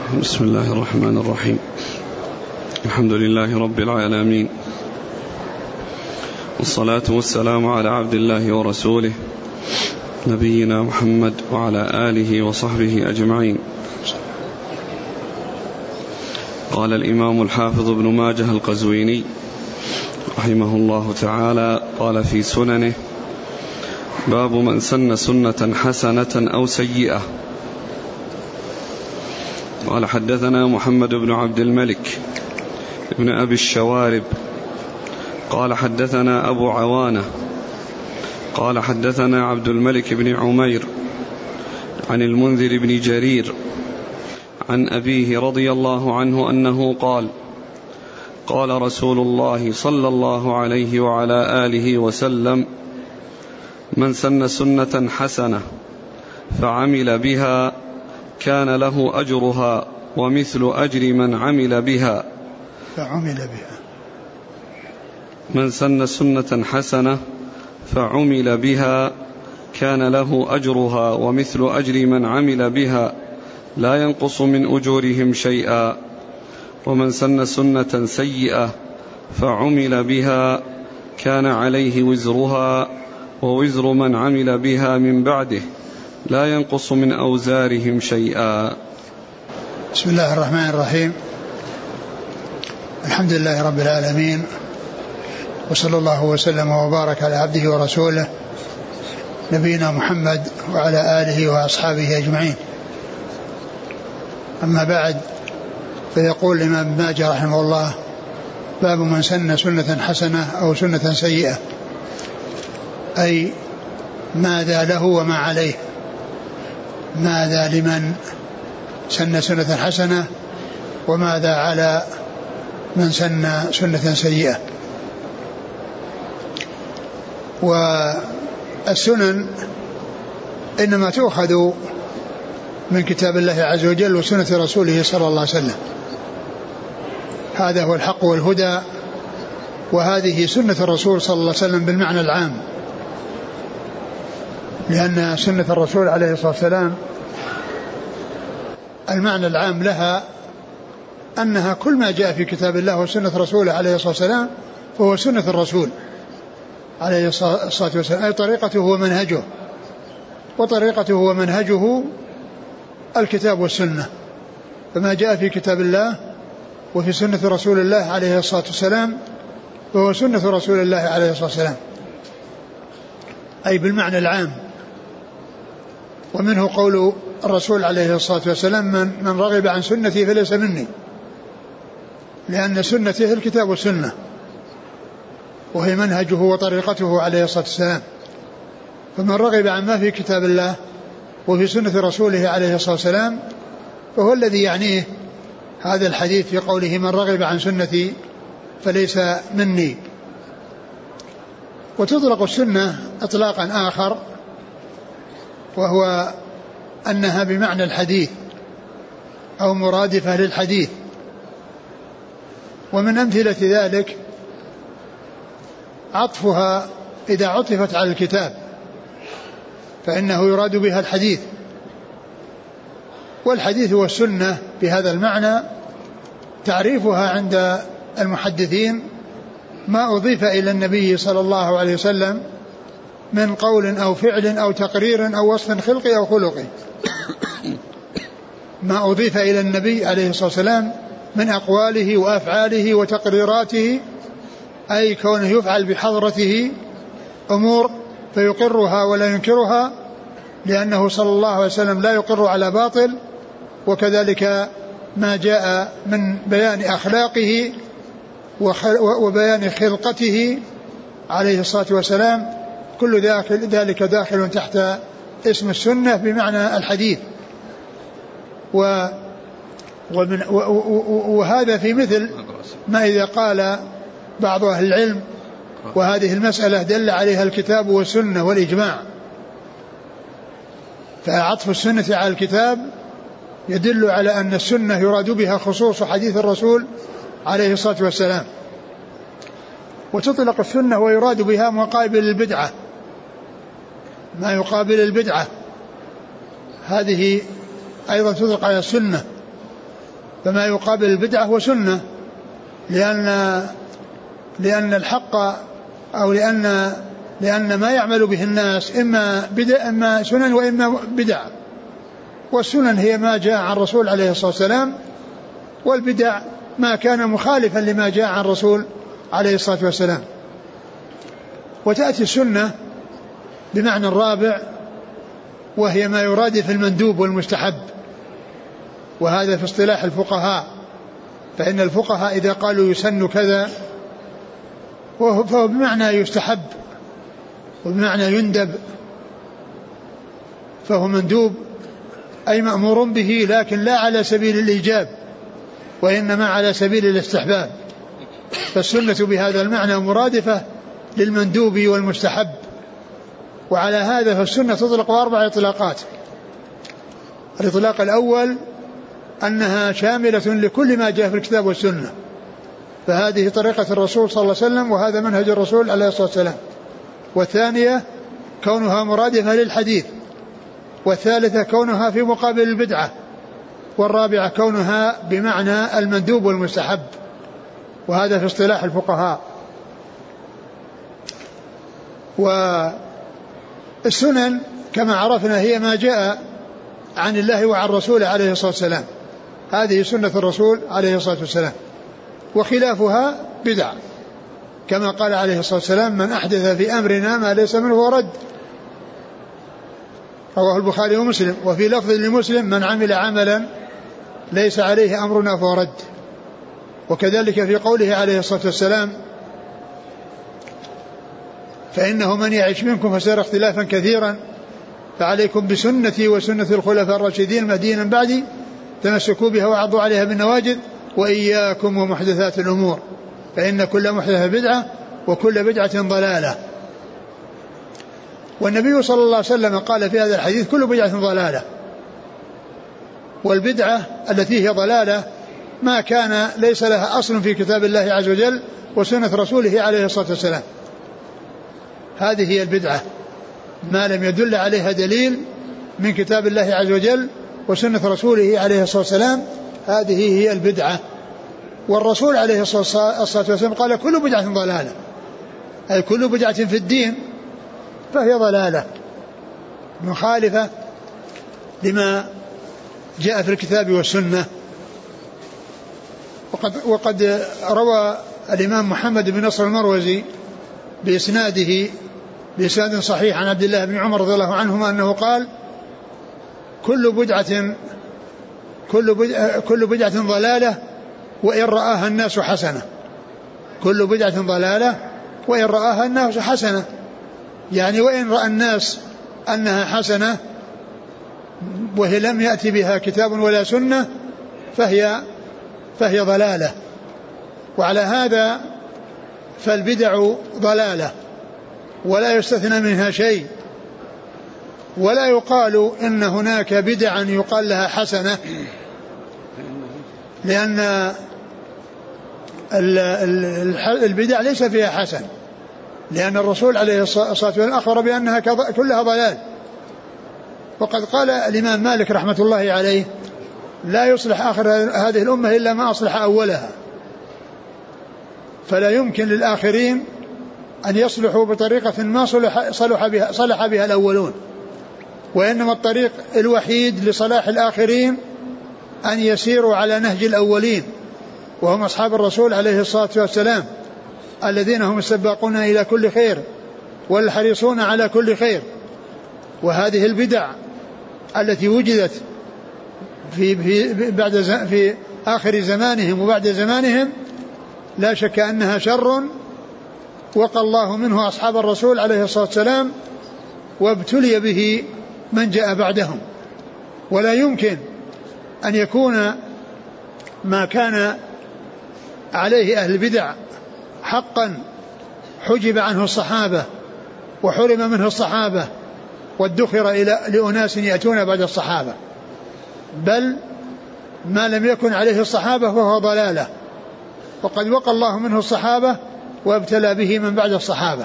بسم الله الرحمن الرحيم. الحمد لله رب العالمين، والصلاة والسلام على عبد الله ورسوله نبينا محمد وعلى آله وصحبه أجمعين. قال الإمام الحافظ ابن ماجه القزويني رحمه الله تعالى قال في سننه: باب من سن سنة حسنة أو سيئة. قال: حدثنا محمد بن عبد الملك ابن أبي الشوارب قال: حدثنا أبو عوانة قال: حدثنا عبد الملك بن عمير عن المنذر بن جرير عن أبيه رضي الله عنه أنه قال: قال رسول الله صلى الله عليه وعلى آله وسلم: من سن سنة حسنة فعمل بها كان له أجرها ومثل أجر من عمل بها. من سن سنة حسنة فعمل بها كان له أجرها ومثل أجر من عمل بها لا ينقص من أجورهم شيئا. ومن سن سنة سيئة فعمل بها كان عليه وزرها ووزر من عمل بها من بعده لا ينقص من أوزارهم شيئا. بسم الله الرحمن الرحيم. الحمد لله رب العالمين، وصلى الله وسلم وبارك على عبده ورسوله نبينا محمد وعلى آله وأصحابه أجمعين. أما بعد، فيقول الإمام ابن ماجه رحمه الله: باب من سن سنة حسنة أو سنة سيئة، أي ماذا له وما عليه. ماذا لمن سن سنة حسنة وماذا على من سن سنة سيئة. والسنن إنما تؤخذ من كتاب الله عز وجل وسنة رسوله صلى الله عليه وسلم، هذا هو الحق والهدى، وهذه سنة الرسول صلى الله عليه وسلم بالمعنى العام، لأن سنة الرسول عليه الصلاة والسلام المعنى العام لها أنها كل ما جاء في كتاب الله وسنة رسوله عليه الصلاة والسلام فهو سنة الرسول عليه الصلاة والسلام، أي طريقته ومنهجه، وطريقته ومنهجه الكتاب والسنة. فما جاء في كتاب الله وفي سنة رسول الله عليه الصلاة والسلام فهو سنة رسول الله عليه الصلاة والسلام، أي بالمعنى العام. ومنه قول الرسول عليه الصلاة والسلام: من رغب عن سنتي فليس مني، لأن سنته الكتاب والسنة، وهي منهجه وطريقته عليه الصلاة والسلام. فمن رغب عن ما في كتاب الله وفي سنة رسوله عليه الصلاة والسلام فهو الذي يعنيه هذا الحديث في قوله: من رغب عن سنتي فليس مني. وتطلق السنة إطلاقا آخر، وهو أنها بمعنى الحديث أو مرادفة للحديث. ومن أمثلة ذلك عطفها إذا عطفت على الكتاب فإنه يراد بها الحديث، والحديث والسنة بهذا المعنى تعريفها عند المحدثين ما أضيف إلى النبي صلى الله عليه وسلم من قول أو فعل أو تقرير أو وصف خلقي أو خلقي. ما أضيف إلى النبي عليه الصلاة والسلام من أقواله وأفعاله وتقريراته، أي كونه يفعل بحضرته أمور فيقرها ولا ينكرها، لأنه صلى الله عليه وسلم لا يقر على باطل. وكذلك ما جاء من بيان أخلاقه وبيان خلقته عليه الصلاة والسلام، كل ذلك داخل تحت اسم السنة بمعنى الحديث. وهذا في مثل ما إذا قال بعض أهل العلم: وهذه المسألة دل عليها الكتاب والسنة والإجماع. فعطف السنة على الكتاب يدل على أن السنة يراد بها خصوص حديث الرسول عليه الصلاة والسلام. وتطلق السنة ويراد بها مقابل البدعة، ما يقابل البدعة، هذه أيضا تطلق على السنة. فما يقابل البدعة هو سنة، لأن الحق أو لأن ما يعمل به الناس إما سنن وإما بدع، والسنن هي ما جاء عن الرسول عليه الصلاة والسلام، والبدع ما كان مخالفا لما جاء عن الرسول عليه الصلاة والسلام. وتأتي السنة بمعنى الرابع، وهي ما يرادف المندوب والمستحب، وهذا في اصطلاح الفقهاء، فإن الفقهاء إذا قالوا يسن كذا فهو بمعنى يستحب وبمعنى يندب، فهو مندوب أي مأمور به، لكن لا على سبيل الإيجاب وإنما على سبيل الاستحباب. فالسنة بهذا المعنى مرادفة للمندوب والمستحب. وعلى هذا فالسنة تطلق 4 إطلاقات. الإطلاق الأول أنها شاملة لكل ما جاء في الكتاب والسنة، فهذه طريقة الرسول صلى الله عليه وسلم وهذا منهج الرسول عليه الصلاة والسلام. والثانية كونها مرادفة للحديث. والثالثة كونها في مقابل البدعة. والرابعة كونها بمعنى المندوب والمستحب، وهذا في اصطلاح الفقهاء. والسنن كما عرفنا هي ما جاء عن الله وعن رسوله عليه الصلاة والسلام، هذه سنة الرسول عليه الصلاة والسلام. وخلافها بدع، كما قال عليه الصلاة والسلام: من أحدث في أمرنا ما ليس منه ورد. رواه البخاري ومسلم. وفي لفظ لمسلم: من عمل عملا ليس عليه أمرنا فهو رد. وكذلك في قوله عليه الصلاة والسلام: فإنه من يعيش منكم فسيرى اختلافا كثيرا، فعليكم بسنتي وسنة الخلفاء الراشدين المهديين من بعدي، تمسكوا بها وعضوا عليها بالنواجذ، وإياكم ومحدثات الأمور، فإن كل محدثة بدعة وكل بدعة ضلالة. والنبي صلى الله عليه وسلم قال في هذا الحديث: كل بدعة ضلالة. والبدعة التي هي ضلالة ما كان ليس لها أصل في كتاب الله عز وجل وسنة رسوله عليه الصلاة والسلام، هذه هي البدعة، ما لم يدل عليها دليل من كتاب الله عز وجل وسنة رسوله عليه الصلاة والسلام، هذه هي البدعة. والرسول عليه الصلاة والسلام قال: كل بدعة ضلالة، أي كل بدعة في الدين فهي ضلالة مخالفة لما جاء في الكتاب والسنة. وقد روى الإمام محمد بن نصر المروزي بإسناد صحيح عن عبد الله بن عمر رضي الله عنهما أنه قال: كل بدعة ضلالة وإن رآها الناس حسنة. كل بدعة ضلالة وإن رآها الناس حسنة، يعني وإن رأى الناس أنها حسنة وهي لم يأتي بها كتاب ولا سنة فهي ضلالة. وعلى هذا فالبدع ضلالة ولا يستثنى منها شيء، ولا يقال إن هناك بدعا يقال لها حسنة، لأن البدع ليس فيها حسن، لأن الرسول عليه الصلاة والسلام أخبر بأنها كلها ضلال. وقد قال الإمام مالك رحمة الله عليه: لا يصلح آخر هذه الأمة إلا ما أصلح أولها. فلا يمكن للآخرين أن يصلحوا بطريقة ما صلح بها الأولون، وإنما الطريق الوحيد لصلاح الآخرين أن يسيروا على نهج الأولين، وهم أصحاب الرسول عليه الصلاة والسلام، الذين هم السباقون إلى كل خير والحريصون على كل خير. وهذه البدع التي وجدت في آخر زمانهم وبعد زمانهم لا شك أنها شر وقى الله منه أصحاب الرسول عليه الصلاة والسلام، وابتلي به من جاء بعدهم. ولا يمكن أن يكون ما كان عليه أهل البدع حقا حجب عنه الصحابة وحرم منه الصحابة وادخر لأناس يأتون بعد الصحابة، بل ما لم يكن عليه الصحابة فهو ضلالة، وقد وقى الله منه الصحابة وابتلى به من بعد الصحابة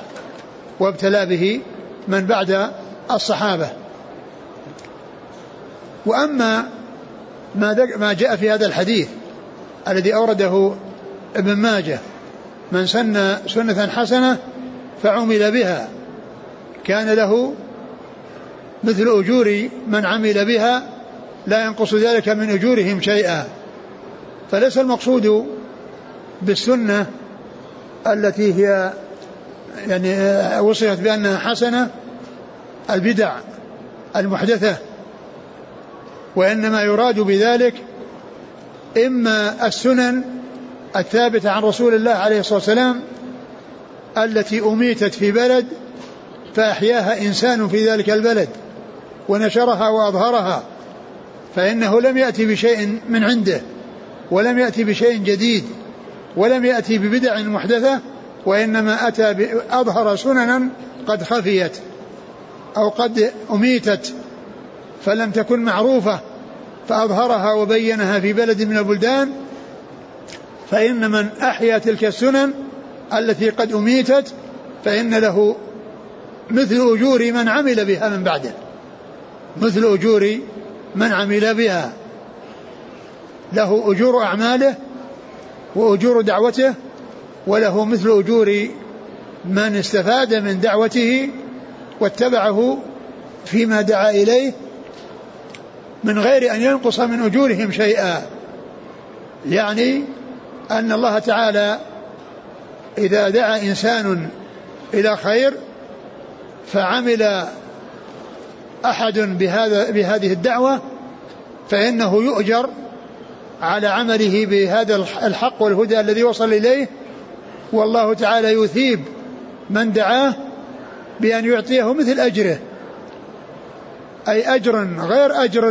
وأما ما جاء في هذا الحديث الذي أورده ابن ماجه: من سن سنة حسنة فعمل بها كان له مثل أجور من عمل بها لا ينقص ذلك من أجورهم شيئا. فليس المقصود بالسنة التي هي يعني وصفت بأنها حسنة البدع المحدثة، وإنما يراد بذلك إما السنن الثابتة عن رسول الله عليه الصلاة والسلام التي أميتت في بلد فأحياها إنسان في ذلك البلد ونشرها وأظهرها، فإنه لم يأتي بشيء من عنده ولم يأتي بشيء جديد ولم يأتي ببدع محدثة، وإنما أتى أظهر سننا قد خفيت أو قد أميتت فلم تكن معروفة فأظهرها وبينها في بلد من البلدان. فإن من أحيا تلك السنن التي قد أميتت فإن له مثل أجور من عمل بها من بعده، مثل أجور من عمل بها، له أجور أعماله وأجور دعوته، وله مثل أجور من استفاد من دعوته واتبعه فيما دعا إليه من غير أن ينقص من أجورهم شيئا. يعني أن الله تعالى إذا دعا إنسان إلى خير فعمل أحد بهذه الدعوة فإنه يؤجر على عمله بهذا الحق والهدى الذي وصل إليه، والله تعالى يثيب من دعاه بأن يعطيه مثل أجره، أي أجر غير أجر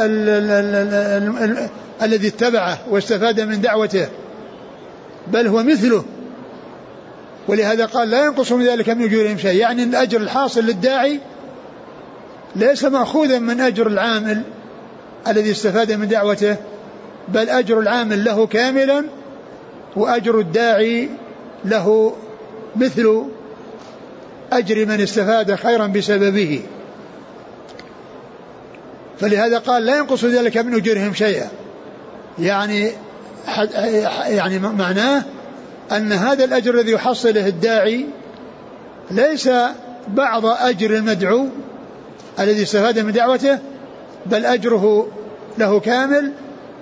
الذي اتبعه واستفاد من دعوته، بل هو مثله. ولهذا قال لا ينقص من ذلك من أجورهم شيء، يعني الأجر الحاصل للداعي ليس مأخوذا من أجر العامل الذي استفاد من دعوته، بل أجر العامل له كاملا وأجر الداعي له مثل أجر من استفاد خيرا بسببه. فلهذا قال لا ينقص ذلك من أجورهم شيئا، يعني معناه أن هذا الأجر الذي يحصله الداعي ليس بعض أجر المدعو الذي استفاد من دعوته، بل أجره له كامل،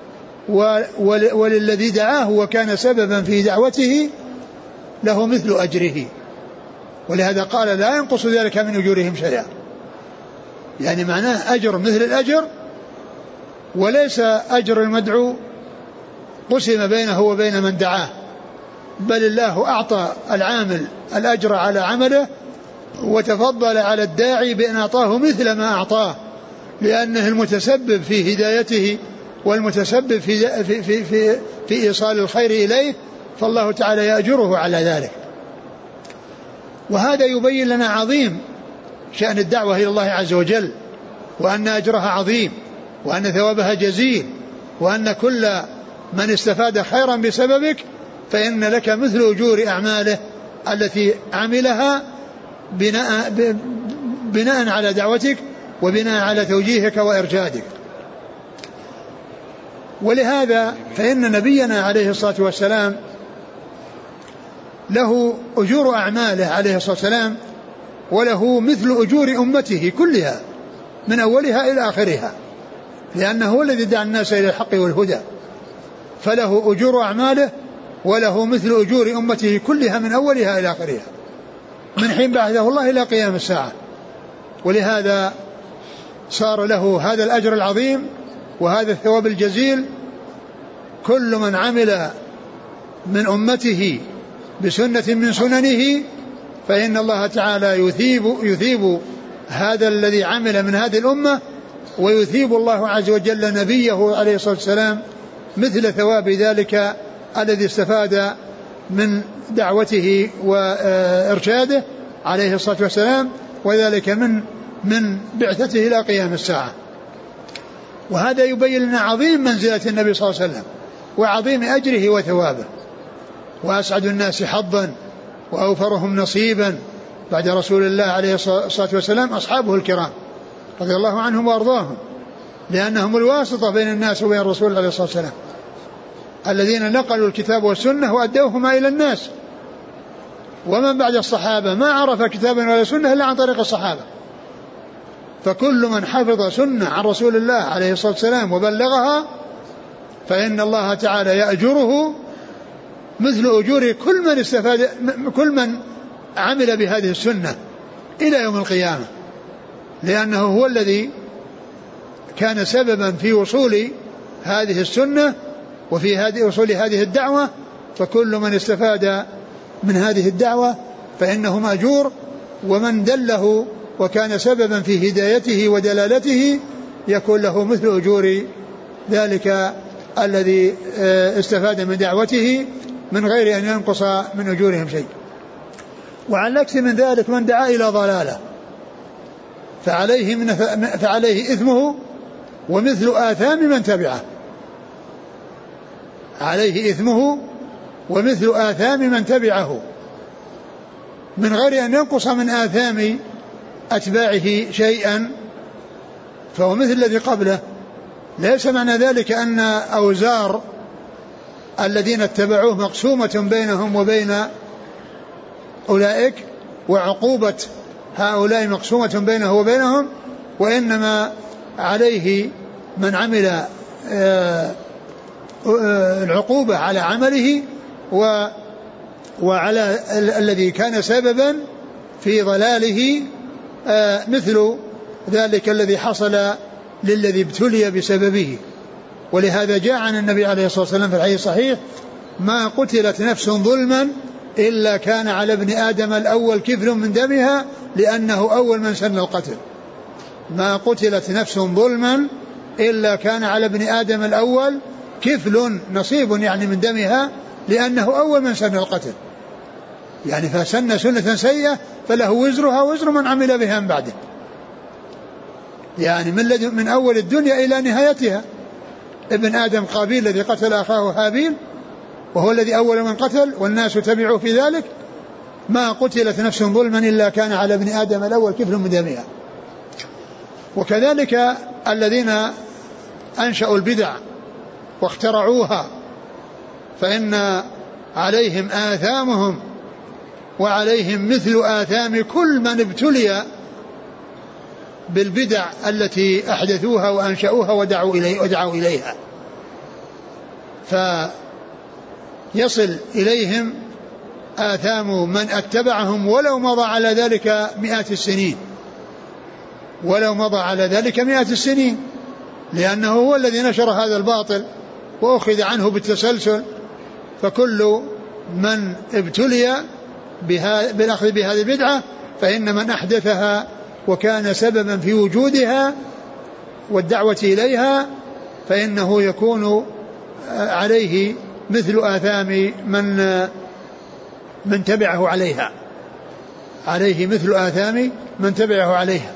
وللذي دعاه وكان سببا في دعوته له مثل أجره. ولهذا قال لا ينقص ذلك من أجورهم شيئا، يعني معناه أجر مثل الأجر، وليس أجر المدعو قسم بينه وبين من دعاه، بل الله أعطى العامل الأجر على عمله وتفضل على الداعي بأن أعطاه مثل ما أعطاه، لأنه المتسبب في هدايته والمتسبب في إيصال الخير إليه، فالله تعالى يأجره على ذلك. وهذا يبين لنا عظيم شأن الدعوة إلى الله عز وجل، وأن أجرها عظيم، وأن ثوابها جزيل، وأن كل من استفاد خيرا بسببك فإن لك مثل أجور أعماله التي عملها بناء على دعوتك وبناء على توجيهك وإرشادك. ولهذا فإن نبينا عليه الصلاة والسلام له أجور أعماله عليه الصلاة والسلام، وله مثل أجور أمته كلها من أولها إلى آخرها، لأنه هو الذي دعا الناس إلى الحق والهدى، فله أجور أعماله وله مثل أجور أمته كلها من أولها إلى آخرها من حين بعثه الله إلى قيام الساعة. ولهذا صار له هذا الأجر العظيم وهذا الثواب الجزيل. كل من عمل من أمته بسنة من سننه فإن الله تعالى يثيب هذا الذي عمل من هذه الأمة، ويثيب الله عز وجل نبيه عليه الصلاة والسلام مثل ثواب ذلك الذي استفاد من دعوته وإرشاده عليه الصلاة والسلام، وذلك من بعثته إلى قيام الساعة. وهذا يبين لنا عظيم منزلة النبي صلى الله عليه وسلم وعظيم أجره وثوابه. وأسعد الناس حظا وأوفرهم نصيبا بعد رسول الله عليه الصلاة والسلام أصحابه الكرام رضي الله عنهم وأرضاهم، لأنهم الواسطة بين الناس وبين الرسول عليه الصلاة والسلام. الذين نقلوا الكتاب والسنة وأدوهما إلى الناس، ومن بعد الصحابة ما عرف كتابا ولا سنة إلا عن طريق الصحابة. فكل من حفظ سنة عن رسول الله عليه الصلاة والسلام وبلغها فإن الله تعالى يأجره مثل أجور كل من عمل بهذه السنة إلى يوم القيامة، لأنه هو الذي كان سببا في وصول هذه السنة وفي وصول هذه الدعوة. فكل من استفاد من هذه الدعوة فإنه مأجور، ومن دله وكان سببا في هدايته ودلالته يكون له مثل أجور ذلك الذي استفاد من دعوته من غير أن ينقص من أجورهم شيء. وعلى العكس من ذلك من دعا إلى ضلالة فعليه إثمه ومثل آثام من تبعه، عليه إثمه ومثل آثام من تبعه من غير أن ينقص من آثام أتباعه شيئا، فهو مثل الذي قبله. ليس معنى ذلك أن أوزار الذين اتبعوه مقسومة بينهم وبين أولئك، وعقوبة هؤلاء مقسومة بينه وبينهم، وإنما عليه من عمل العقوبة على عمله وعلى الذي كان سببا في ضلاله مثل ذلك الذي حصل للذي ابتلي بسببه. ولهذا جاء عن النبي عليه الصلاة والسلام في الحديث الصحيح: ما قتلت نفس ظلما إلا كان على ابن آدم الأول كفل من دمها لأنه أول من سن القتل. ما قتلت نفس ظلما إلا كان على ابن آدم الأول كفل، نصيب يعني من دمها، لأنه أول من سن القتل. يعني فسن سنة سيئة فله وزرها وزر من عمل بها من بعده، يعني من أول الدنيا إلى نهايتها. ابن آدم قابيل الذي قتل أخاه هابيل وهو الذي أول من قتل والناس تبعوا في ذلك. ما قتلت نفس ظلما إلا كان على ابن آدم الأول كفل من دمها. وكذلك الذين أنشأوا البدع واخترعوها فإن عليهم آثامهم وعليهم مثل آثام كل من ابتلي بالبدع التي أحدثوها وأنشأوها ودعوا إليها، فيصل إليهم آثام من اتبعهم ولو مضى على ذلك مئات السنين، ولو مضى على ذلك مئات السنين، لأنه هو الذي نشر هذا الباطل وأخذ عنه بالتسلسل. فكل من ابتلي بالأخذ بهذه البدعة فإن من أحدثها وكان سببا في وجودها والدعوة إليها فإنه يكون عليه مثل آثام من تبعه عليها، عليه مثل آثام من تبعه عليها.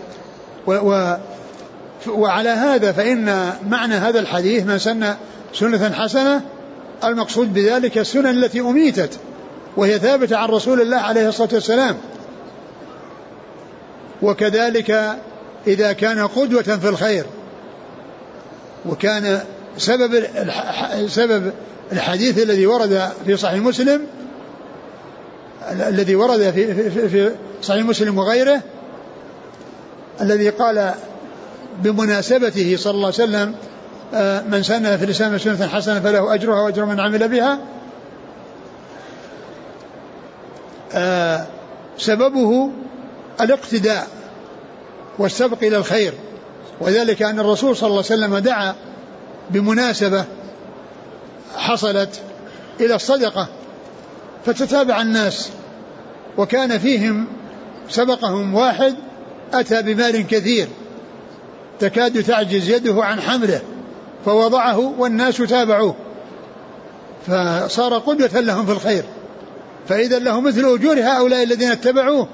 وعلى هذا فإن معنى هذا الحديث: من سن سنة حسنة، المقصود بذلك السنن التي أميتت وهي ثابتة عن رسول الله عليه الصلاة والسلام. وكذلك إذا كان قدوة في الخير، وكان سبب الحديث الذي ورد في صحيح مسلم، الذي ورد في صحيح مسلم وغيره، الذي قال بمناسبته صلى الله عليه وسلم: من سن في الإسلام سنة حسنة فله أجرها وأجر من عمل بها. سببه الاقتداء والسبق إلى الخير، وذلك أن الرسول صلى الله عليه وسلم دعا بمناسبة حصلت إلى الصدقة فتتابع الناس، وكان فيهم سبقهم واحد أتى بمال كثير تكاد تعجز يده عن حمله فوضعه والناس تابعوه، فصار قدوة لهم في الخير، فإذا له مثل أجور هؤلاء الذين اتبعوه،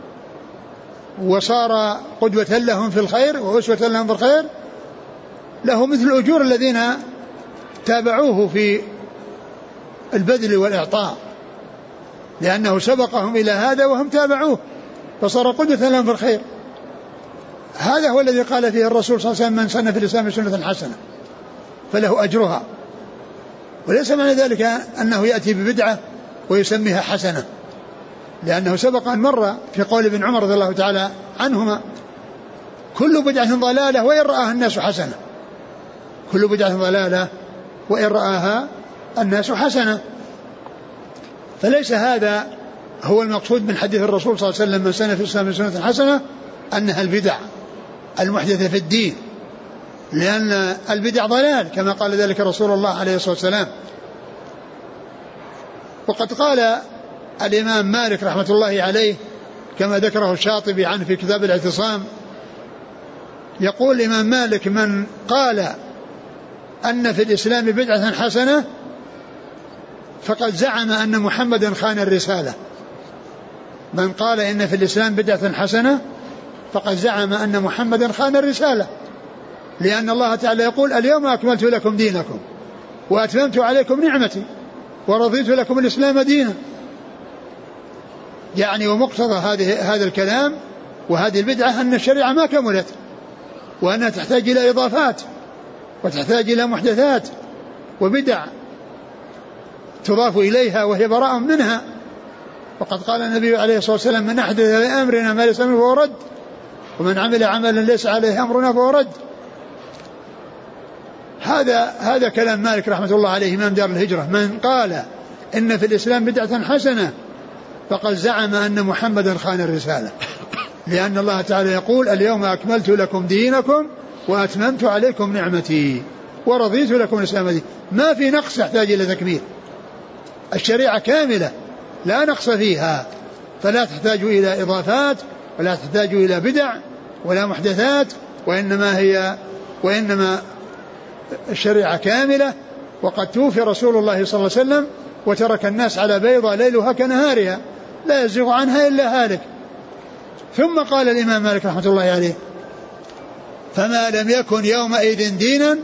وصار قدوة لهم في الخير وأسوة لهم في الخير، له مثل أجور الذين تابعوه في البذل والإعطاء، لأنه سبقهم إلى هذا وهم تابعوه فصار قدوة لهم في الخير. هذا هو الذي قال فيه الرسول صلى الله عليه وسلم: من سن في الإسلام سنة حسنة فله أجرها وليس معنى ذلك أنه يأتي ببدعة ويسميها حسنة، لأنه سبق أن مر في قول ابن عمر رضي الله تعالى عنهما: كل بدعة ضلالة وإن رآها الناس حسنة. كل بدعة ضلالة وإن رآها الناس حسنة. فليس هذا هو المقصود من حديث الرسول صلى الله عليه وسلم: من سن في الإسلام سنة حسنة، أنها البدع المحدثة في الدين، لأن البدع ضلال كما قال ذلك رسول الله عليه الصلاة والسلام. وقد قال الإمام مالك رحمة الله عليه كما ذكره الشاطبي عنه في كتاب الاعتصام، يقول الإمام مالك: من قال أن في الإسلام بدعة حسنة فقد زعم أن محمدا خان الرسالة. من قال إن في الإسلام بدعة حسنة فقد زعم أن محمدا خان الرسالة، لأن الله تعالى يقول: اليوم أكملت لكم دينكم وأتممت عليكم نعمتي ورضيت لكم الإسلام دينا. يعني ومقتضى هذا الكلام وهذه البدعة أن الشريعة ما كملت، وأنها تحتاج إلى إضافات وتحتاج إلى محدثات وبدع تضاف إليها وهي براء منها. وقد قال النبي عليه الصلاة والسلام: من أحدث في أمرنا ما ليس منه فهو رد، ومن عمل عملا ليس عليه أمرنا فهو رد. هذا كلام مالك رحمة الله عليه إمام دار الهجرة: من قال إن في الإسلام بدعة حسنة فقد زعم أن محمدا خان الرسالة، لأن الله تعالى يقول: اليوم أكملت لكم دينكم وأتممت عليكم نعمتي ورضيت لكم الإسلام دينا. ما في نقص يحتاج إلى تكميل، الشريعة كاملة لا نقص فيها، فلا تحتاج إلى إضافات ولا تحتاج إلى بدع ولا محدثات، وإنما الشريعة كاملة. وقد توفي رسول الله صلى الله عليه وسلم وترك الناس على بيضة ليلها كنهارها لا يزيغ عنها إلا هالك. ثم قال الإمام مالك رحمة الله عليه: فما لم يكن يومئذ دينا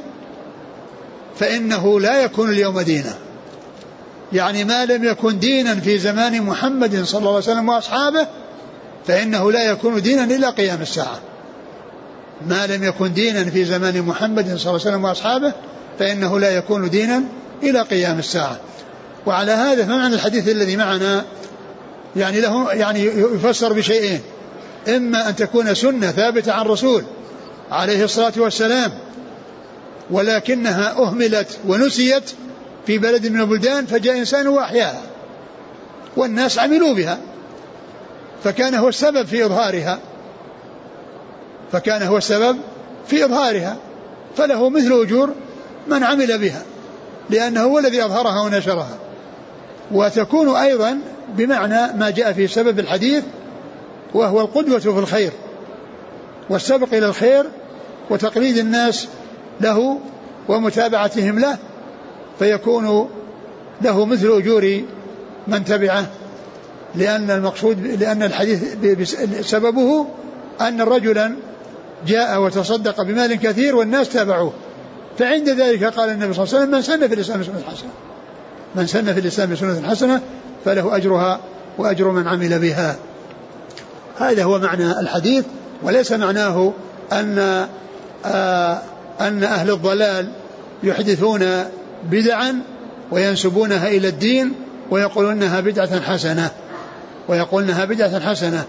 فإنه لا يكون اليوم دينا. يعني ما لم يكن دينا في زمان محمد صلى الله عليه وسلم وأصحابه فإنه لا يكون دينا إلى قيام الساعة. ما لم يكن دينا في زمان محمد صلى الله عليه وسلم وأصحابه فإنه لا يكون دينا إلى قيام الساعة. وعلى هذا فمعنى الحديث الذي معنا يعني يفسر بشيئين: إما أن تكون سنة ثابتة عن رسول عليه الصلاة والسلام ولكنها أهملت ونسيت في بلد من البلدان فجاء إنسان وأحياها والناس عملوا بها فكان هو السبب في إظهارها فله مثل أجور من عمل بها لأنه هو الذي أظهرها ونشرها. وتكون أيضا بمعنى ما جاء في سبب الحديث وهو القدوة في الخير والسبق إلى الخير وتقليد الناس له ومتابعتهم له، فيكون له مثل أجور من تبعه، لأن الحديث سببه أن رجلا جاء وتصدق بمال كثير والناس تابعوه، فعند ذلك قال النبي صلى الله عليه وسلم: من سن في الإسلام سنة حسنة فله أجرها وأجر من عمل بها. هذا هو معنى الحديث، وليس معناه أن أهل الضلال يحدثون بدعا وينسبونها إلى الدين ويقولونها بدعة حسنة.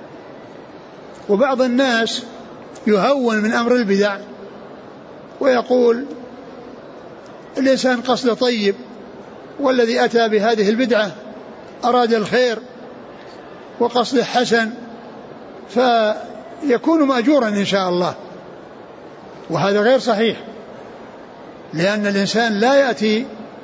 وبعض الناس يهون من أمر البدع ويقول الإنسان قصد طيب والذي أتى بهذه البدعة أراد الخير وقصد حسن فيكون مأجورا إن شاء الله، وهذا غير صحيح، لأن الإنسان لا يأتي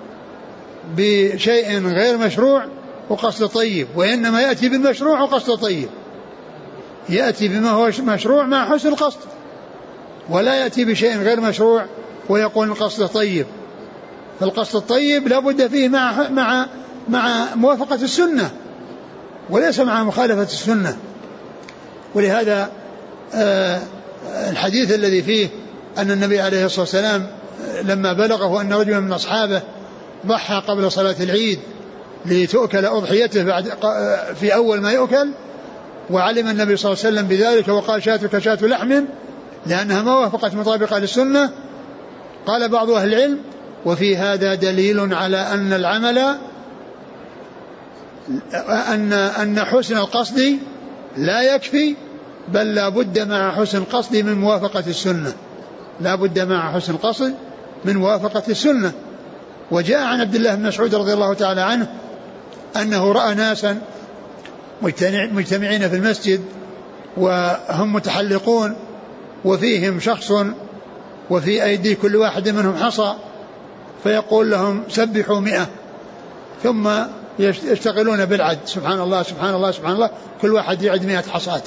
بشيء غير مشروع وقصد طيب، وإنما يأتي بالمشروع وقصد طيب، يأتي بما هو مشروع مع حسن القصد، ولا يأتي بشيء غير مشروع ويقول القصد طيب. فالقصد الطيب لا بد فيه مع موافقة السنة وليس مع مخالفة السنة. ولهذا الحديث الذي فيه أن النبي عليه الصلاة والسلام لما بلغه أن رجلا من أصحابه ضحى قبل صلاة العيد لتؤكل أضحيته في أول ما يؤكل، وعلم النبي صلى الله عليه وسلم بذلك وقال: شاتك شات لحم، لأنها ما وافقت مطابقة للسنة. قال بعض أهل العلم وفي هذا دليل على أن العمل أن حسن القصد لا يكفي، بل لا بد مع حسن القصد من موافقة السنة، لا بد مع حسن القصد من موافقة السنة. وجاء عن عبد الله بن مسعود رضي الله تعالى عنه أنه رأى ناسا مجتمعين في المسجد وهم متحلقون، وفيهم شخص وفي أيدي كل واحد منهم حصى، فيقول لهم سبحوا 100، ثم يشتغلون بالعد، سبحان الله سبحان الله سبحان الله، كل واحد يعد 100 حصاة،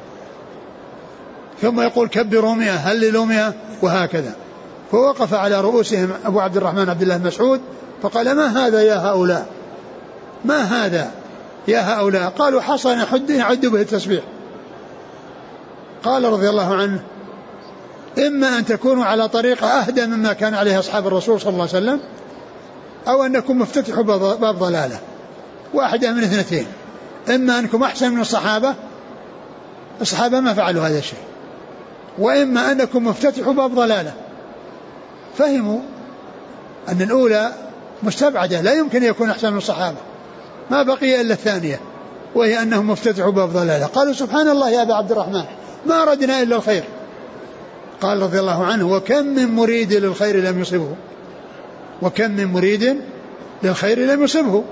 ثم يقول كبروا 100 هللوا 100، وهكذا. فوقف على رؤوسهم أبو عبد الرحمن عبد الله مسعود فقال ما هذا يا هؤلاء، ما هذا يا هؤلاء؟ قالوا حصى نعد به التسبيح. قال رضي الله عنه إما أن تكونوا على طريقة أهدى مما كان عليه أصحاب الرسول صلى الله عليه وسلم، أو أنكم مفتتحوا باب ضلالة، واحدة من اثنتين، إما أنكم أحسن من الصحابة ما فعلوا هذا الشيء، وإما أنكم مفتتحوا باب ضلالة. فهموا أن الأولى مستبعدة، لا يمكن يكون أحسن من الصحابة، ما بقي إلا الثانية وهي أنهم مفتتحوا باب ضلالة. قالوا سبحان الله يا أبا عبد الرحمن ما أردنا إلا الخير. قال رضي الله عنه وكم من مريد للخير لم يصبه، وكم من مريد للخير لم يصبه.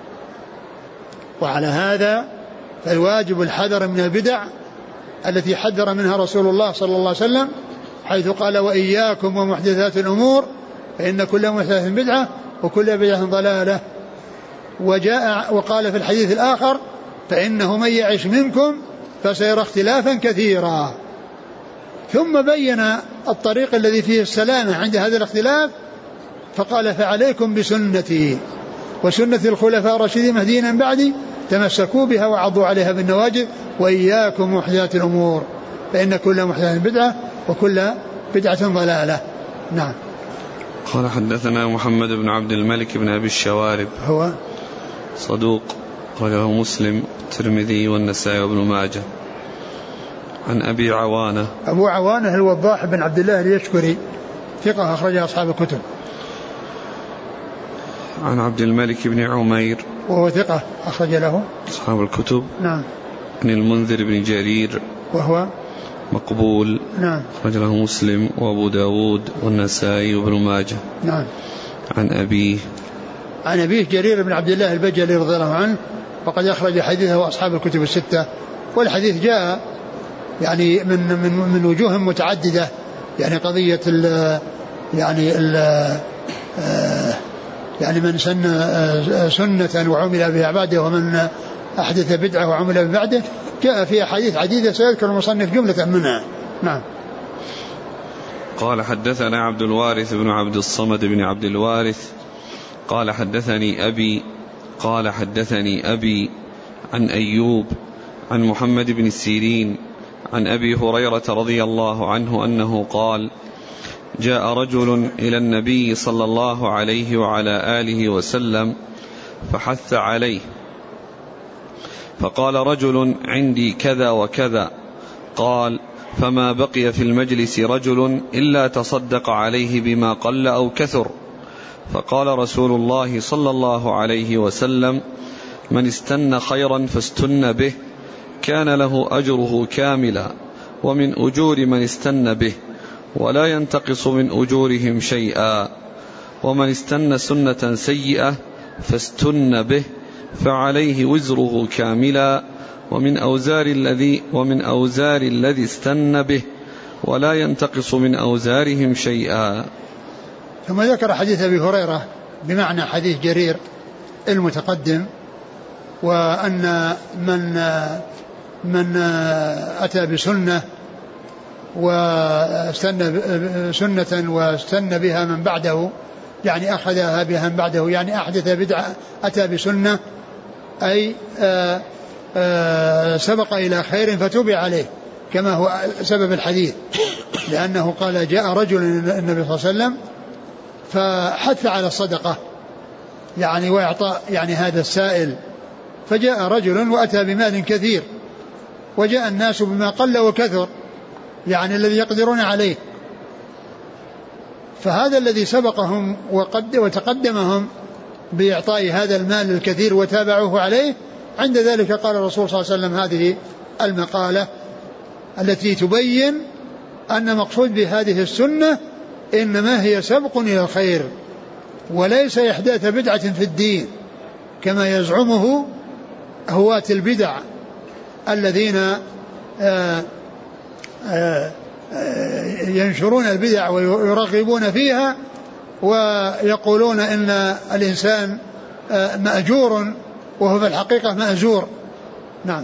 وعلى هذا فالواجب الحذر من البدع التي حذر منها رسول الله صلى الله عليه وسلم، حيث قال وإياكم ومحدثات الأمور فإن كل محدثة بدعة وكل بدعة ضلالة. وجاء وقال في الحديث الآخر فإنه من يعش منكم فسيرى اختلافا كثيرا. ثم بين الطريق الذي فيه السلامة عند هذا الاختلاف، فقال فعليكم بسنتي وسنة الخلفاء الراشدين المهديين من بعدي تمسكوا بها وعضوا عليها بالنواجذ وإياكم محدثات الأمور فإن كل محدثة بدعة وكل بدعة ضلالة. نعم. قال حدثنا محمد بن عبد الملك بن أبي الشوارب، هو صدوق قاله مسلم الترمذي والنسائي وابن ماجه. عن أبي عوانة، أبو عوانة الوضاح بن عبد الله اليشكري ثقة أخرجها أصحاب الكتب. عن عبد الملك بن عمير وهو ثقة أخرج له أصحاب الكتب. نعم. عن المنذر بن جرير وهو مقبول. نعم. أخرج له مسلم وأبو داود والنسائي وابن ماجه. نعم. عن أبيه جرير بن عبد الله البجلي رضي الله عنه، فقد أخرج حديثه أصحاب الكتب الستة. والحديث جاء يعني من وجوه متعددة، يعني قضية يعني من سن سنة وعمل بها بعده ومن أحدث بدعة وعمل بها بعده، جاء في أحاديث عديدة سيذكر المصنف جملة منها. نعم. قال حدثنا عبد الوارث بن عبد الصمد بن عبد الوارث قال حدثني أبي عن أيوب عن محمد بن السيرين عن أبي هريرة رضي الله عنه أنه قال جاء رجل إلى النبي صلى الله عليه وعلى آله وسلم فحث عليه، فقال رجل عندي كذا وكذا، قال فما بقي في المجلس رجل إلا تصدق عليه بما قل أو كثر، فقال رسول الله صلى الله عليه وسلم من استنى خيرا فاستن به كان له أجره كاملا ومن أجور من استنى به ولا ينتقص من أجورهم شيئا، ومن استنى سنة سيئة فاستن به فعليه وزره كاملا ومن أوزار الذي استن به ولا ينتقص من أوزارهم شيئا. ثم ذكر حديث أبي هريرة بمعنى حديث جرير المتقدم، وأن من أتى بسنة واستنى سنة واستنى بها من بعده، يعني أخذها بها من بعده، يعني أحدث بدعة أتى بسنة أي سبق إلى خير فتوبع عليه، كما هو سبب الحديث، لأنه قال جاء رجل النبي صلى الله عليه وسلم فحث على الصدقة يعني وإعطاء يعني هذا السائل، فجاء رجل وأتى بمال كثير وجاء الناس بما قل وكثر يعني الذي يقدرون عليه، فهذا الذي سبقهم وتقدمهم بإعطاء هذا المال الكثير وتابعوه عليه، عند ذلك قال الرسول صلى الله عليه وسلم هذه المقالة التي تبين أن مقصود بهذه السنة إنما هي سبق إلى الخير وليس إحداث بدعة في الدين كما يزعمه هواة البدع الذين ينشرون البدع ويرغبون فيها ويقولون إن الإنسان مأجور وهو في الحقيقة مأزور. نعم.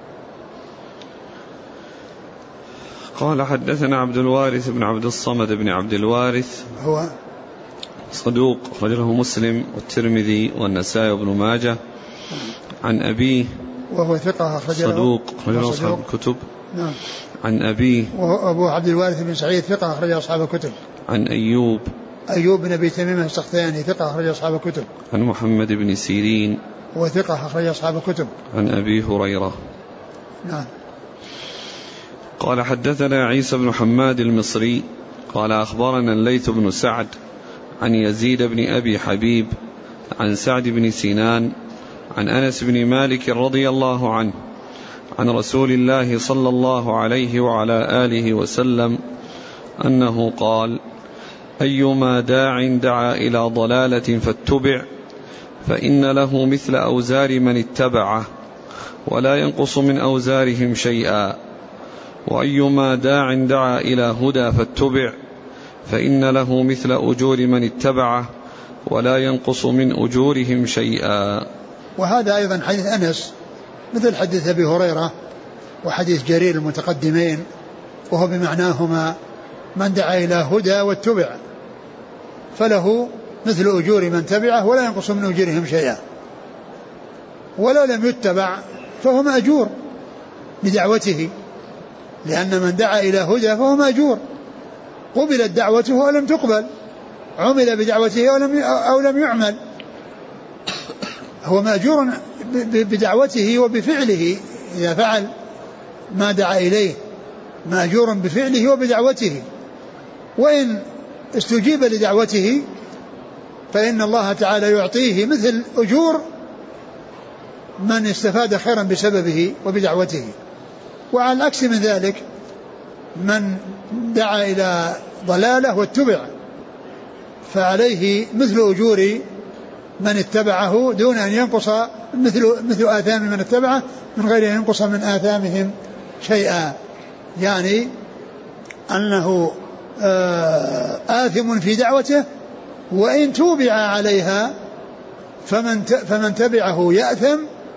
قال حدثنا عبد الوارث بن عبد الصمد بن عبد الوارث هو صدوق رجله مسلم والترمذي والنسائي وابن ماجه عن أبيه وهو ثقة صدوق رجله أصحاب الكتب. نعم. عن أبيه وهو أبو عبد الوارث بن سعيد ثقة أخرج أصحاب الكتب. عن أيوب بن أبي تميم السختياني ثقة أخرج أصحاب الكتب. عن محمد بن سيرين وثقة أخرج أصحاب الكتب. عن أبي هريرة. نعم. قال حدثنا عيسى بن حماد المصري قال أخبرنا الليث بن سعد عن يزيد بن أبي حبيب عن سعد بن سنان عن أنس بن مالك رضي الله عنه عن رسول الله صلى الله عليه وعلى آله وسلم أنه قال: أيما داع دعا إلى ضلالة فاتبع فإن له مثل أوزار من اتبعه ولا ينقص من أوزارهم شيئا، وأيما داع دعا إلى هدى فاتبع فإن له مثل أجور من اتبعه ولا ينقص من أجورهم شيئا. وهذا أيضا حديث أنس مثل حديث أبي هريرة وحديث جرير المتقدمين، وهو بمعناهما: من دعا إلى هدى واتبع فله مثل أجور من تبعه ولا ينقص من أجورهم شيئا، ولو لم يتبع فهو مأجور بدعوته، لأن من دعا إلى هدى فهو مأجور، قبلت دعوته ولم تقبل، عمل بدعوته أو لم يعمل، هو مأجور بدعوته وبفعله. إذا فعل ما دعا إليه مأجور بفعله وبدعوته، وإن استجيب لدعوته فإن الله تعالى يعطيه مثل أجور من استفاد خيرا بسببه وبدعوته. وعلى العكس من ذلك من دعا إلى ضلالة واتبع فعليه مثل أجور من اتبعه دون أن ينقص مثل آثام من اتبعه من غير أن ينقص من آثامهم شيئا، يعني أنه آثم في دعوته وإن توبع عليها فمن تبعه يأثم،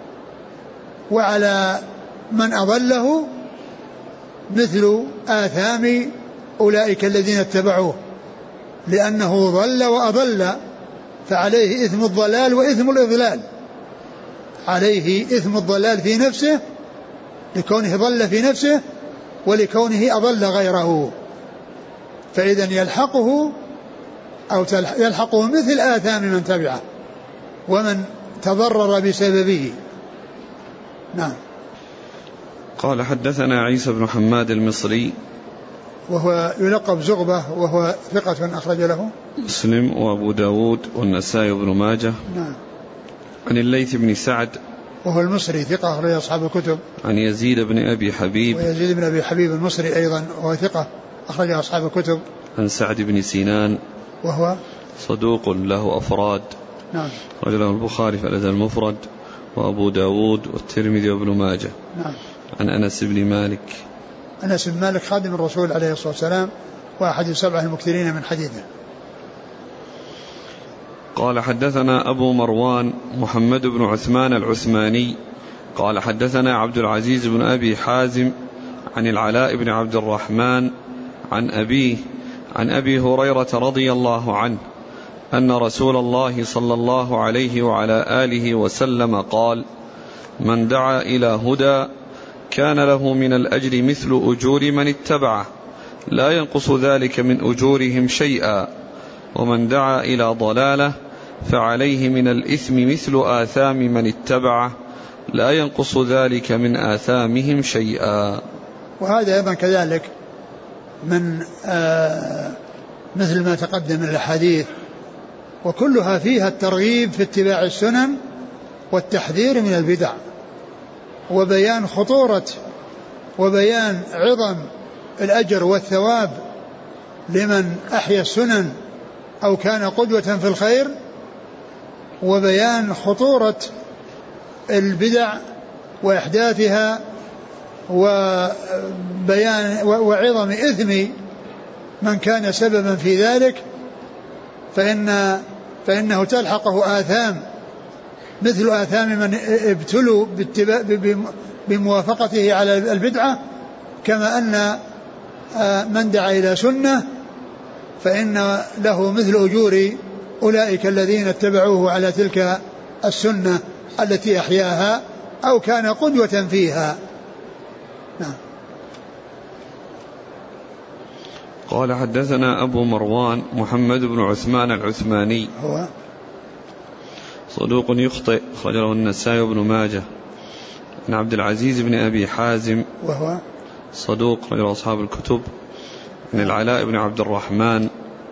وعلى من أضله مثل آثام أولئك الذين اتبعوه، لأنه ضل وأضل فعليه إثم الضلال وإثم الإضلال، عليه إثم الضلال في نفسه لكونه ضل في نفسه ولكونه أضل غيره، فإذا يلحقه مثل آثام من تبعه ومن تضرر بسببه. نعم. قال حدثنا عيسى بن حماد المصري وهو يلقب زغبة وهو ثقة أخرج له مسلم وأبو داود والنسائي وابن ماجه. نعم. عن الليث بن سعد وهو المصري ثقة أخرج أصحاب الكتب. عن يزيد بن أبي حبيب ويزيد بن أبي حبيب المصري أيضا وهو ثقة أخرج أصحاب الكتب. عن سعد بن سنان وهو صدوق له أفراد. نعم. رجله البخاري في الأدب المفرد وأبو داود والترمذي وابن ماجه. نعم. عن أنس بن مالك. أنس بن مالك خادم الرسول عليه الصلاة والسلام وأحد السبعة المكثرين من حديثه. قال حدثنا أبو مروان محمد بن عثمان العثماني قال حدثنا عبد العزيز بن أبي حازم عن العلاء بن عبد الرحمن عن أبيه عن أبي هريرة رضي الله عنه أن رسول الله صلى الله عليه وعلى آله وسلم قال: من دعا إلى هدى كان له من الأجر مثل أجور من اتبعه لا ينقص ذلك من أجورهم شيئا، ومن دعا إلى ضلالة فعليه من الإثم مثل آثام من اتبعه لا ينقص ذلك من آثامهم شيئا. وهذا أيضا كذلك مثل ما تقدم من الأحاديث، وكلها فيها الترغيب في اتباع السنن والتحذير من البدع، وبيان خطورة وبيان عظم الأجر والثواب لمن أحيا السنن أو كان قدوة في الخير، وبيان خطورة البدع وإحداثها، وبيان وعظم إثم من كان سببا في ذلك، فإنه تلحقه آثام مثل آثام من ابتلوا بموافقته على البدعة، كما أن من دعا إلى سنة فإن له مثل أجور أولئك الذين اتبعوه على تلك السنة التي أحياها أو كان قدوة فيها. نعم. قال حدثنا أبو مروان محمد بن عثمان العثماني، هو صدوق يخطئ، خرجه النسائي بن ماجه. عن عبد العزيز بن أبي حازم، وهو صدوق، خرجه أصحاب الكتب. عن العلاء بن عبد الرحمن،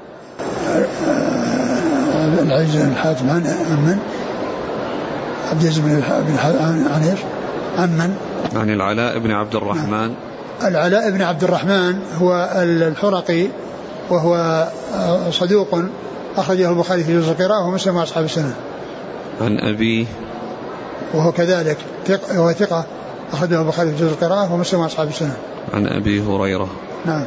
العزيز بن حاتم عن من؟ عبد العزيز بن عن ايش؟ عن من؟ عن العلاء بن عبد الرحمن. العلاء بن عبد الرحمن هو الحرقي، وهو صدوق أخرجه البخاري في جزء القراءة ومسلم وأصحاب السنن. عن أبيه، وهو كذلك هو ثقة أخرجه البخاري في جزء القراءة ومسلم وأصحاب السنن. عن أبي هريرة. نعم.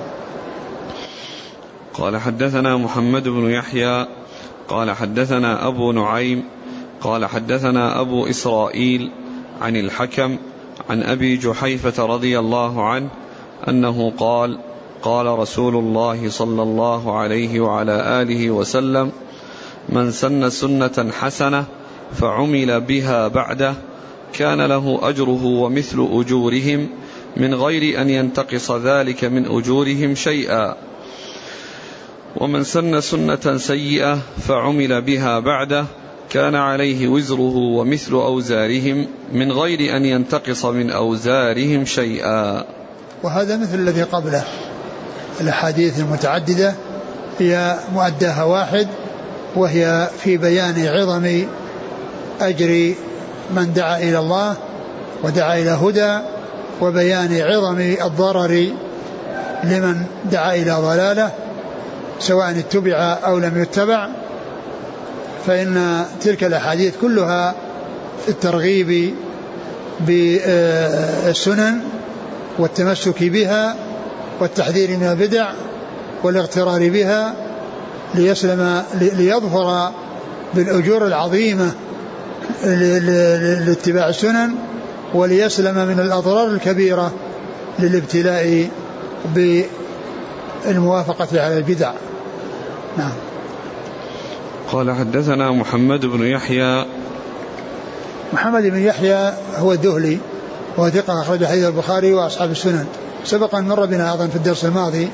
قال حدثنا محمد بن يحيى قال حدثنا أبو نعيم قال حدثنا أبو إسرائيل عن الحكم عن أبي جحيفة رضي الله عنه أنه قال: قال رسول الله صلى الله عليه وعلى آله وسلم: من سن سنة حسنة فعمل بها بعده كان له أجره ومثل أجورهم من غير أن ينتقص ذلك من أجورهم شيئا، ومن سن سنة سيئة فعمل بها بعده كان عليه وزره ومثل أوزارهم من غير أن ينتقص من أوزارهم شيئا. وهذا مثل الذي قبله، الأحاديث المتعددة هي مؤداها واحد، وهي في بيان عظم أجر من دعا إلى الله ودعا إلى هدى، وبيان عظم الضرر لمن دعا إلى ضلالة سواء اتبع أو لم يتبع. فإن تلك الأحاديث كلها الترغيب بالسنن والتمسك بها والتحذير من البدع والاغترار بها ليظفر بالأجور العظيمة لاتباع السنن، وليسلم من الأضرار الكبيرة للابتلاء بالموافقة على البدع. نعم. قال حدثنا محمد بن يحيى. محمد بن يحيى هو الذهلي، وهو ثقة أخرج حديث البخاري وأصحاب السنن. سبق أن مر بنا أيضا في الدرس الماضي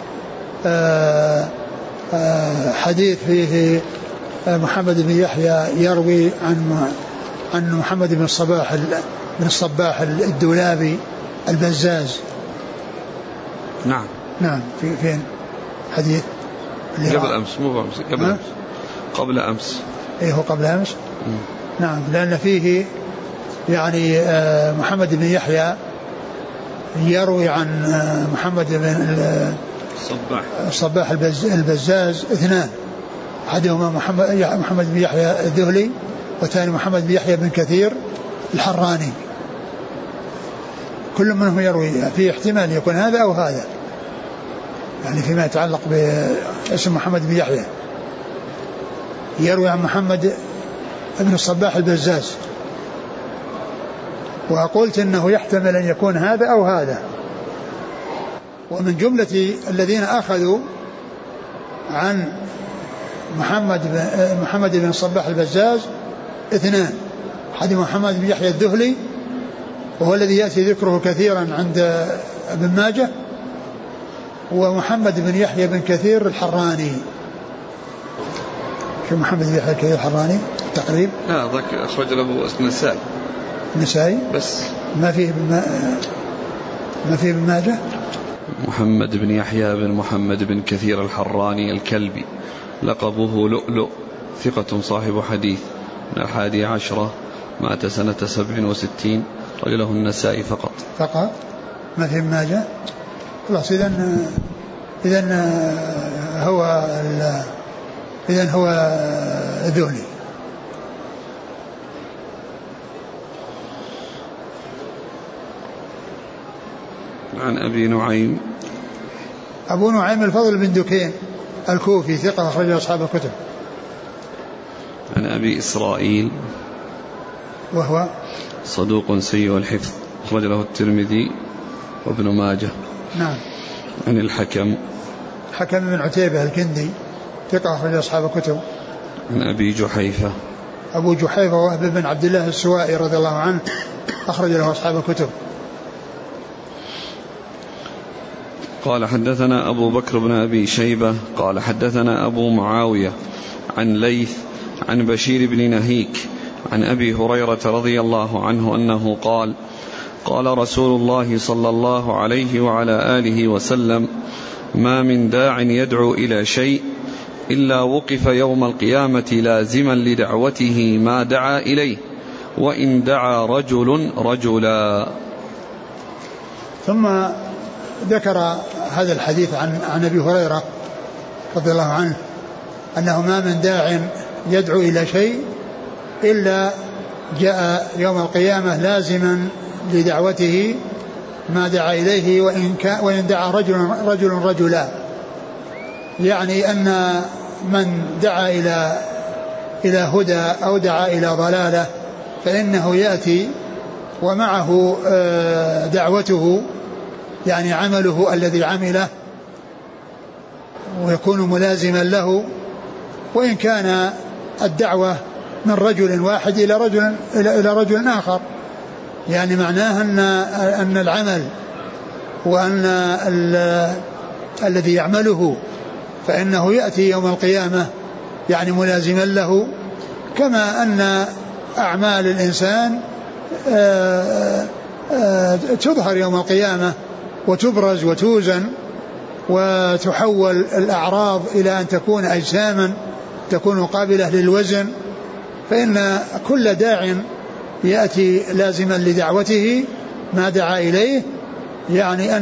حديث فيه محمد بن يحيى يروي عن محمد بن الصباح الدولابي البزاز. نعم. نعم. فين حديث؟ قبل أمس، مو بأمس، قبل أمس، قبل أمس. إيه هو قبل أمس. نعم، لأن فيه يعني محمد بن يحيى يروي عن محمد بن الصباح البزاز اثنان، أحدهما محمد بن يحيى الذهلي، والثاني محمد بن يحيى بن كثير الحراني. كل منهم يروي، في احتمال يكون هذا أو هذا، يعني فيما يتعلق باسم محمد بن يحيى يروي عن محمد بن الصباح البزاز، وقلت انه يحتمل ان يكون هذا او هذا. ومن جملة الذين اخذوا عن محمد بن الصباح البزاز اثنان، احد محمد بن يحيى الذهلي وهو الذي ياتي ذكره كثيرا عند ابن ماجه، ومحمد بن يحيى بن كثير الحراني. شو محمد بن يحيى كثير الحراني تقريب؟ لا ذاك أخرج له النسائي بس ما فيه ابن ماجه. محمد بن يحيى بن محمد بن كثير الحراني الكلبي لقبه لؤلؤ، ثقة صاحب حديث، من 11، مات سنة 67، رجله النسائي فقط. ما في ماجه. خلاص إذن هو ذولي. عن أبي نعيم. أبو نعيم الفضل بن دكين الكوفي، ثقة أخرجه أصحاب الكتب. عن أبي إسرائيل وهو صدوق سيء الحفظ، أخرج له الترمذي وابن ماجه. نعم. عن الحكم بن عتيبة الكندي، ثقة أخرج أصحاب الكتب. عن أبي جحيفة. أبو جحيفة وهب بن عبد الله السوائي رضي الله عنه، أخرج له أصحاب الكتب. قال حدثنا أبو بكر بن أبي شيبة قال حدثنا أبو معاوية عن ليث عن بشير بن نهيك عن أبي هريرة رضي الله عنه أنه قال: قال رسول الله صلى الله عليه وعلى آله وسلم: ما من داع يدعو إلى شيء إلا وقف يوم القيامة لازما لدعوته ما دعا إليه، وإن دعا رجل رجلا. ثم ذكر هذا الحديث عن أبي هريرة رضي الله عنه أنه ما من داع يدعو إلى شيء إلا جاء يوم القيامة لازما لدعوته ما دعا إليه، وإن دعا رجل رجلا، يعني أن من دعا إلى هدى أو دعا إلى ضلالة فإنه يأتي ومعه دعوته، يعني عمله الذي عمله، ويكون ملازما له، وإن كان الدعوة من رجل واحد إلى رجل آخر، يعني معناه أن العمل وأن الذي يعمله فإنه يأتي يوم القيامة يعني ملازما له، كما أن أعمال الإنسان تظهر يوم القيامة وتبرز وتوزن وتحول الأعراض إلى أن تكون أجساما تكون قابلة للوزن، فإن كل داع يأتي لازما لدعوته ما دعا إليه، يعني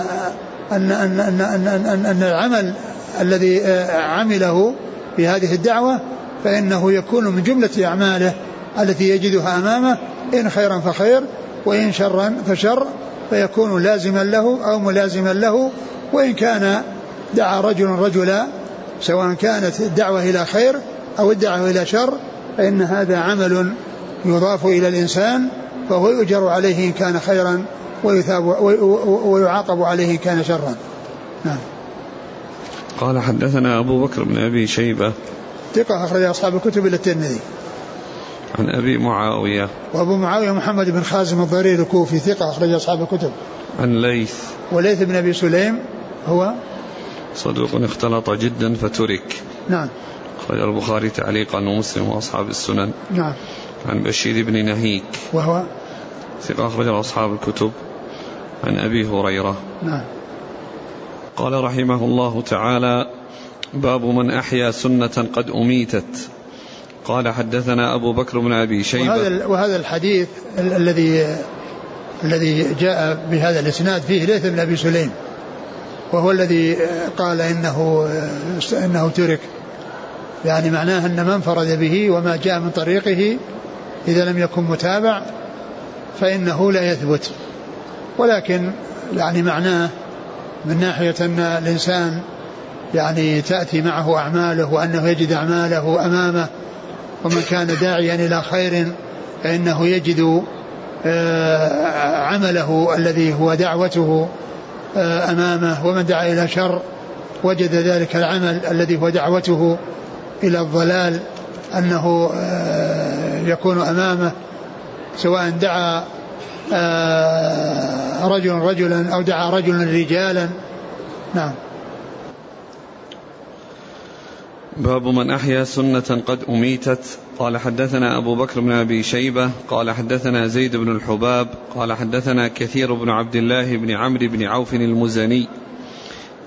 أن العمل الذي عمله في هذه الدعوة فإنه يكون من جملة أعماله التي يجدها أمامه، إن خيرا فخير وإن شرا فشر، فيكون لازما له أو ملازما له. وإن كان دعا رجل رجلا، سواء كانت الدعوة إلى خير أو الدعوة إلى شر، فإن هذا عمل يضاف إلى الإنسان، فهو يؤجر عليه إن كان خيرا ويعاقب عليه إن كان شرا. نعم. قال حدثنا أبو بكر بن أبي شيبة، ثقة أخرج أصحاب الكتب إلى الترمذي. عن أبي معاوية، وأبو معاوية محمد بن خازم الضرير الكوفي، ثقة أخرج أصحاب الكتب. عن ليث، وليث بن أبي سليم هو صدوق اختلط جدا فترك. نعم. أخرج البخاري تعليقا ومسلم وأصحاب السنن. نعم. عن بشير بن نهيك وهو ثقة أخرج أصحاب الكتب. عن أبي هريرة. نعم. قال رحمه الله تعالى: باب من أحيا سنة قد أميتت. قال حدثنا أبو بكر بن أبي شيبة. وهذا الحديث الذي جاء بهذا الإسناد فيه ليث بن أبي سليم، وهو الذي قال إنه ترك، يعني معناه أن من فرد به وما جاء من طريقه إذا لم يكن متابع فإنه لا يثبت. ولكن يعني معناه من ناحية أن الإنسان يعني تأتي معه أعماله وأنه يجد أعماله أمامه، ومن كان داعيا إلى خير فإنه يجد عمله الذي هو دعوته أمامه، ومن دعا إلى شر وجد ذلك العمل الذي هو دعوته إلى الضلال أنه يكون أمامه، سواء دعا رجل رجلا أو دعا رجلا رجالا. نعم. باب من أحيا سنة قد أميتت. قال حدثنا أبو بكر بن أبي شيبة قال حدثنا زيد بن الحباب قال حدثنا كثير بن عبد الله بن عمرو بن عوف المزني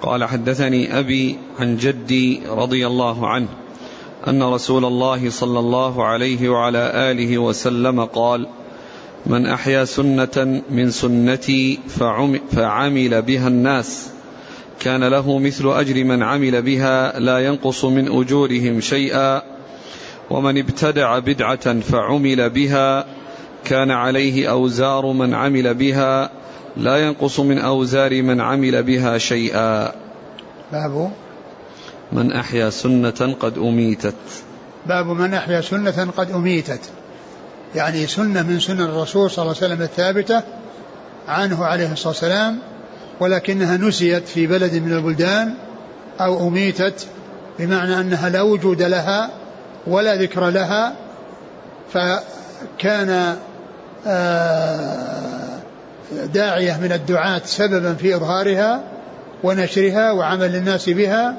قال حدثني أبي عن جدي رضي الله عنه أن رسول الله صلى الله عليه وعلى آله وسلم قال: من أحيا سنة من سنتي فعمل بها الناس كان له مثل أجر من عمل بها لا ينقص من أجورهم شيئا، ومن ابتدع بدعة فعمل بها كان عليه أوزار من عمل بها لا ينقص من أوزار من عمل بها شيئا. باب من أحيا سنة قد أميتت. باب من أحيا سنة قد أميتت، يعني سنة من سنن الرسول صلى الله عليه وسلم الثابتة عنه عليه الصلاة والسلام، ولكنها نسيت في بلد من البلدان أو أميتت، بمعنى أنها لا وجود لها ولا ذكر لها، فكان داعية من الدعاة سببا في إظهارها ونشرها وعمل الناس بها،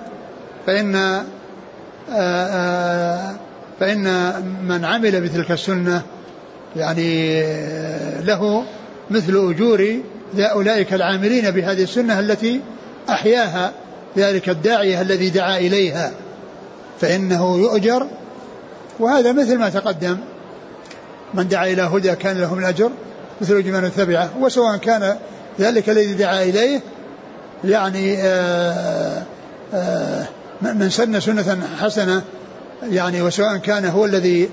فإن من عمل بتلك السنة يعني له مثل أجور أولئك العاملين بهذه السنة التي أحياها ذلك الداعية الذي دعا إليها، فإنه يؤجر. وهذا مثل ما تقدم، من دعا إلى هدى كان له من الأجر مثل أجر من اتبعه، وسواء كان ذلك الذي دعا إليه يعني من سن سنة حسنة، يعني وسواء كان هو الذي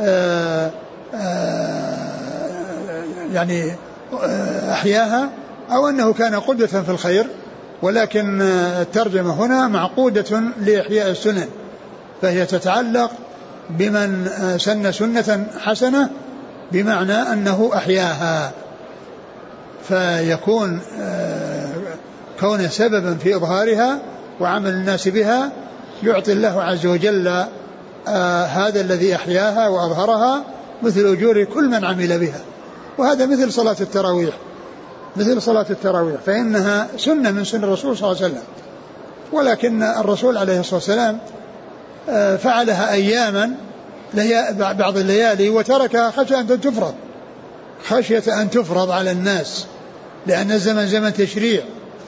يعني أحياها أو أنه كان قدوة في الخير، ولكن الترجمة هنا معقودة لإحياء السنن، فهي تتعلق بمن سن سنة حسنة بمعنى أنه أحياها، فيكون كون سببا في إظهارها وعمل الناس بها يعطي الله عز وجل هذا الذي أحياها وأظهرها مثل أجور كل من عمل بها. وهذا مثل صلاة التراويح، مثل صلاة التراويح فإنها سنة من سنة الرسول صلى الله عليه وسلم، ولكن الرسول عليه الصلاة والسلام فعلها أياما بعض الليالي وتركها خشية أن تفرض على الناس، لأن الزمن زمن تشريع،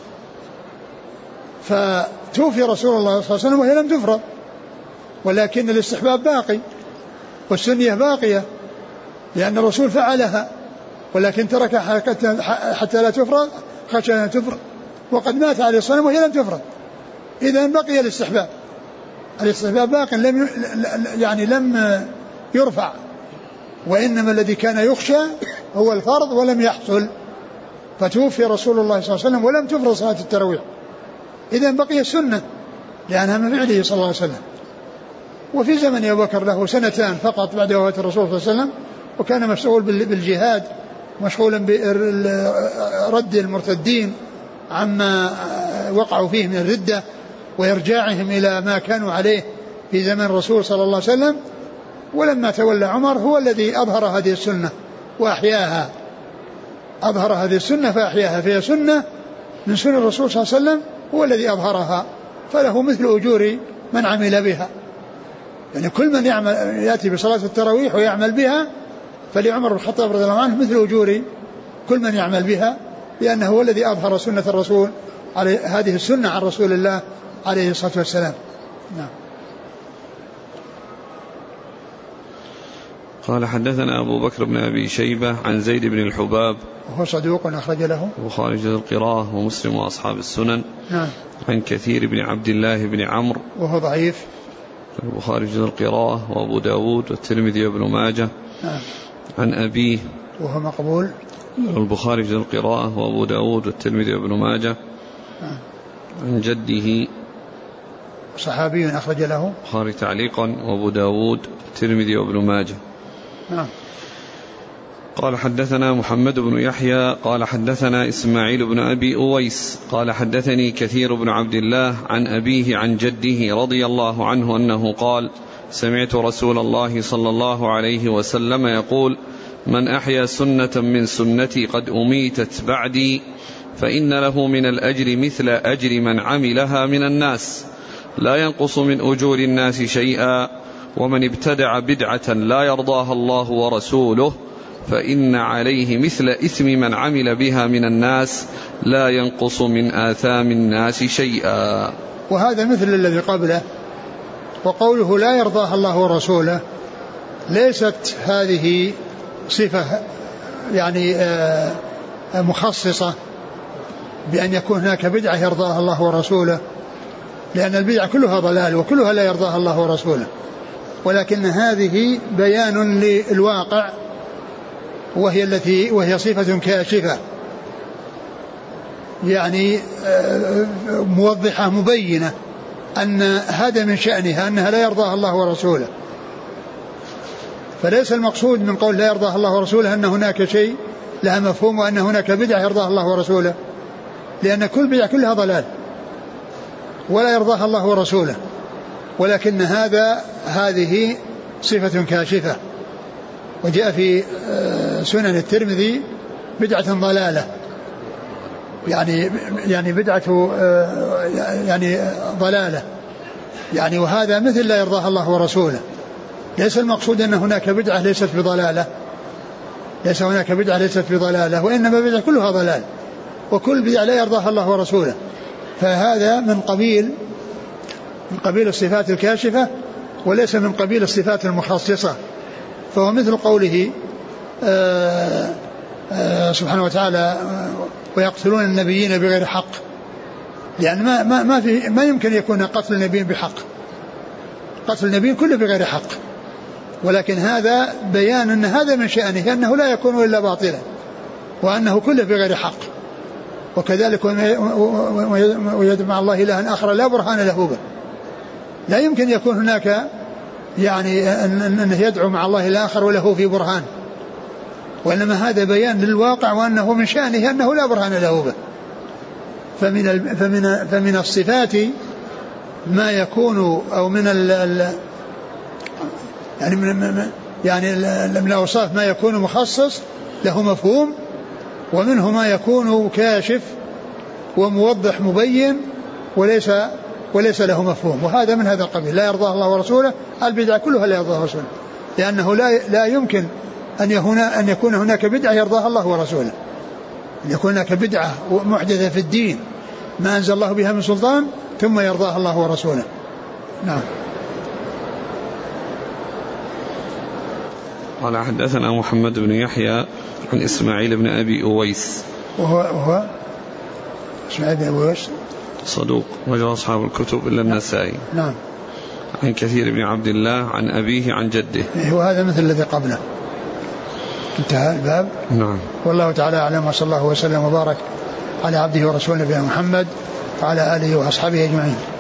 فتوفي رسول الله صلى الله عليه وسلم وهي لم تفرض، ولكن الاستحباب باقي والسنية باقية، لأن الرسول فعلها ولكن تركها حتى لا تفرض خشية أن تفرض، وقد مات عليه الصلاة والسلام وهي لم تفرض. إذن بقي الاستحباب باق لم يرفع، وإنما الذي كان يخشى هو الفرض ولم يحصل، فتوفي رسول الله صلى الله عليه وسلم ولم تفرض صلاة التراويح، إذن بقي السنة لأنها من فعله صلى الله عليه وسلم. وفي زمن أبي بكر له سنتان فقط بعد وفاة الرسول صلى الله عليه وسلم، وكان مشغول بالجهاد، مشغولا برد المرتدين عما وقعوا فيه من الردة وإرجاعهم إلى ما كانوا عليه في زمن الرسول صلى الله عليه وسلم. ولما تولى عمر هو الذي أظهر هذه السنة وأحياها، أظهر هذه السنة فأحياها، فهي سنة من سنة الرسول صلى الله عليه وسلم، هو الذي أظهرها، فله مثل أجور من عمل بها. يعني كل من يأتي بصلاة التراويح ويعمل بها فلعمر بن الخطاب رضي الله عنه مثل أجور كل من يعمل بها، لأنه هو الذي أظهر سنة الرسول عليه، هذه السنة عن رسول الله عليه الصلاة والسلام. نعم. قال حدثنا أبو بكر بن أبي شيبة عن زيد بن الحباب وهو صدوق أخرج له البخاري جزء القراءة ومسلم وأصحاب السنن. نعم. عن كثير بن عبد الله بن عمرو وهو ضعيف، البخاري جزء القراءة وأبو داود والترمذي وابن ماجه. نعم. عن أبيه وهو مقبول، البخاري جزء القراءة وأبو داود والترمذي وابن ماجه. نعم. عن جده صحابي أخرج له البخاري تعليقا وأبو داود والترمذي وابن ماجه. نعم. قال حدثنا محمد بن يحيى قال حدثنا إسماعيل بن أبي أويس قال حدثني كثير بن عبد الله عن أبيه عن جده رضي الله عنه أنه قال: سمعت رسول الله صلى الله عليه وسلم يقول: من أحيا سنة من سنتي قد أميتت بعدي فإن له من الأجر مثل أجر من عملها من الناس لا ينقص من أجور الناس شيئا، ومن ابتدع بدعة لا يرضاها الله ورسوله فإن عليه مثل إثم من عمل بها من الناس لا ينقص من آثام الناس شيئا. وهذا مثل الذي قبله. وقوله لا يرضاها الله ورسوله ليست هذه صفة يعني مخصصة بأن يكون هناك بدعة يرضاها الله ورسوله، لأن البدعة كلها ضلال وكلها لا يرضاها الله ورسوله، ولكن هذه بيان للواقع وهي صفة كاشفة يعني موضحة مبينة أن هذا من شأنها أنها لا يرضاها الله ورسوله. فليس المقصود من قول لا يرضاها الله ورسوله أن هناك شيء لها مفهوم وأن هناك بدعة يرضاها الله ورسوله، لأن كل بدعة كلها ضلال ولا يرضاها الله ورسوله، ولكن هذه صفة كاشفة. وجاء في سنن الترمذي بدعة ضلالة يعني بدعة يعني ضلالة يعني، وهذا مثل لا يرضاها الله ورسوله. ليس المقصود أن هناك بدعة ليست بضلالة، ليس هناك بدعة ليست بضلالة، وإنما بدعة كلها ضلال وكل بدعة لا يرضاها الله ورسوله. فهذا من قبيل الصفات الكاشفة وليس من قبيل الصفات المخصصة. فهو مثل قوله سبحانه وتعالى ويقتلون النبيين بغير حق، لأن ما يمكن يكون قتل النبيين بحق، قتل النبيين كله بغير حق، ولكن هذا بيان أن هذا من شأنه أنه لا يكون إلا باطلا وأنه كله بغير حق. وكذلك ويدعو مع الله إلها آخر لا برهان له به، لا يمكن يكون هناك يعني أنه يدعو مع الله الآخر وله في برهان، وإنما هذا بيان للواقع وأنه من شأنه أنه لا برهان له به. فمن الصفات ما يكون أو من يعني من الأوصاف ما يكون مخصص له مفهوم، ومنه ما يكون كاشف وموضح مبين وليس له مفهوم، وهذا من هذا القبيل. لا يرضاه الله ورسوله، البدعة كلها لا يرضاها ورسوله، لأنه لا يمكن أن يكون هناك بدعة يرضاها الله ورسوله، أن يكون هناك بدعة محدثة في الدين ما أنزل الله بها من سلطان ثم يرضاها الله ورسوله. نعم. قال حدثنا محمد بن يحيى عن إسماعيل بن أبي أويس وهو إسماعيل بن أبي أويس صدوق وجه أصحاب الكتب إلا النسائي. نعم. عن كثير بن عبد الله عن أبيه عن جده. وهذا مثل الذي قبله. انتهى الباب. نعم. والله تعالى أعلم، وصلى الله وسلم وبارك على عبده ورسوله نبينا محمد وعلى آله وأصحابه أجمعين.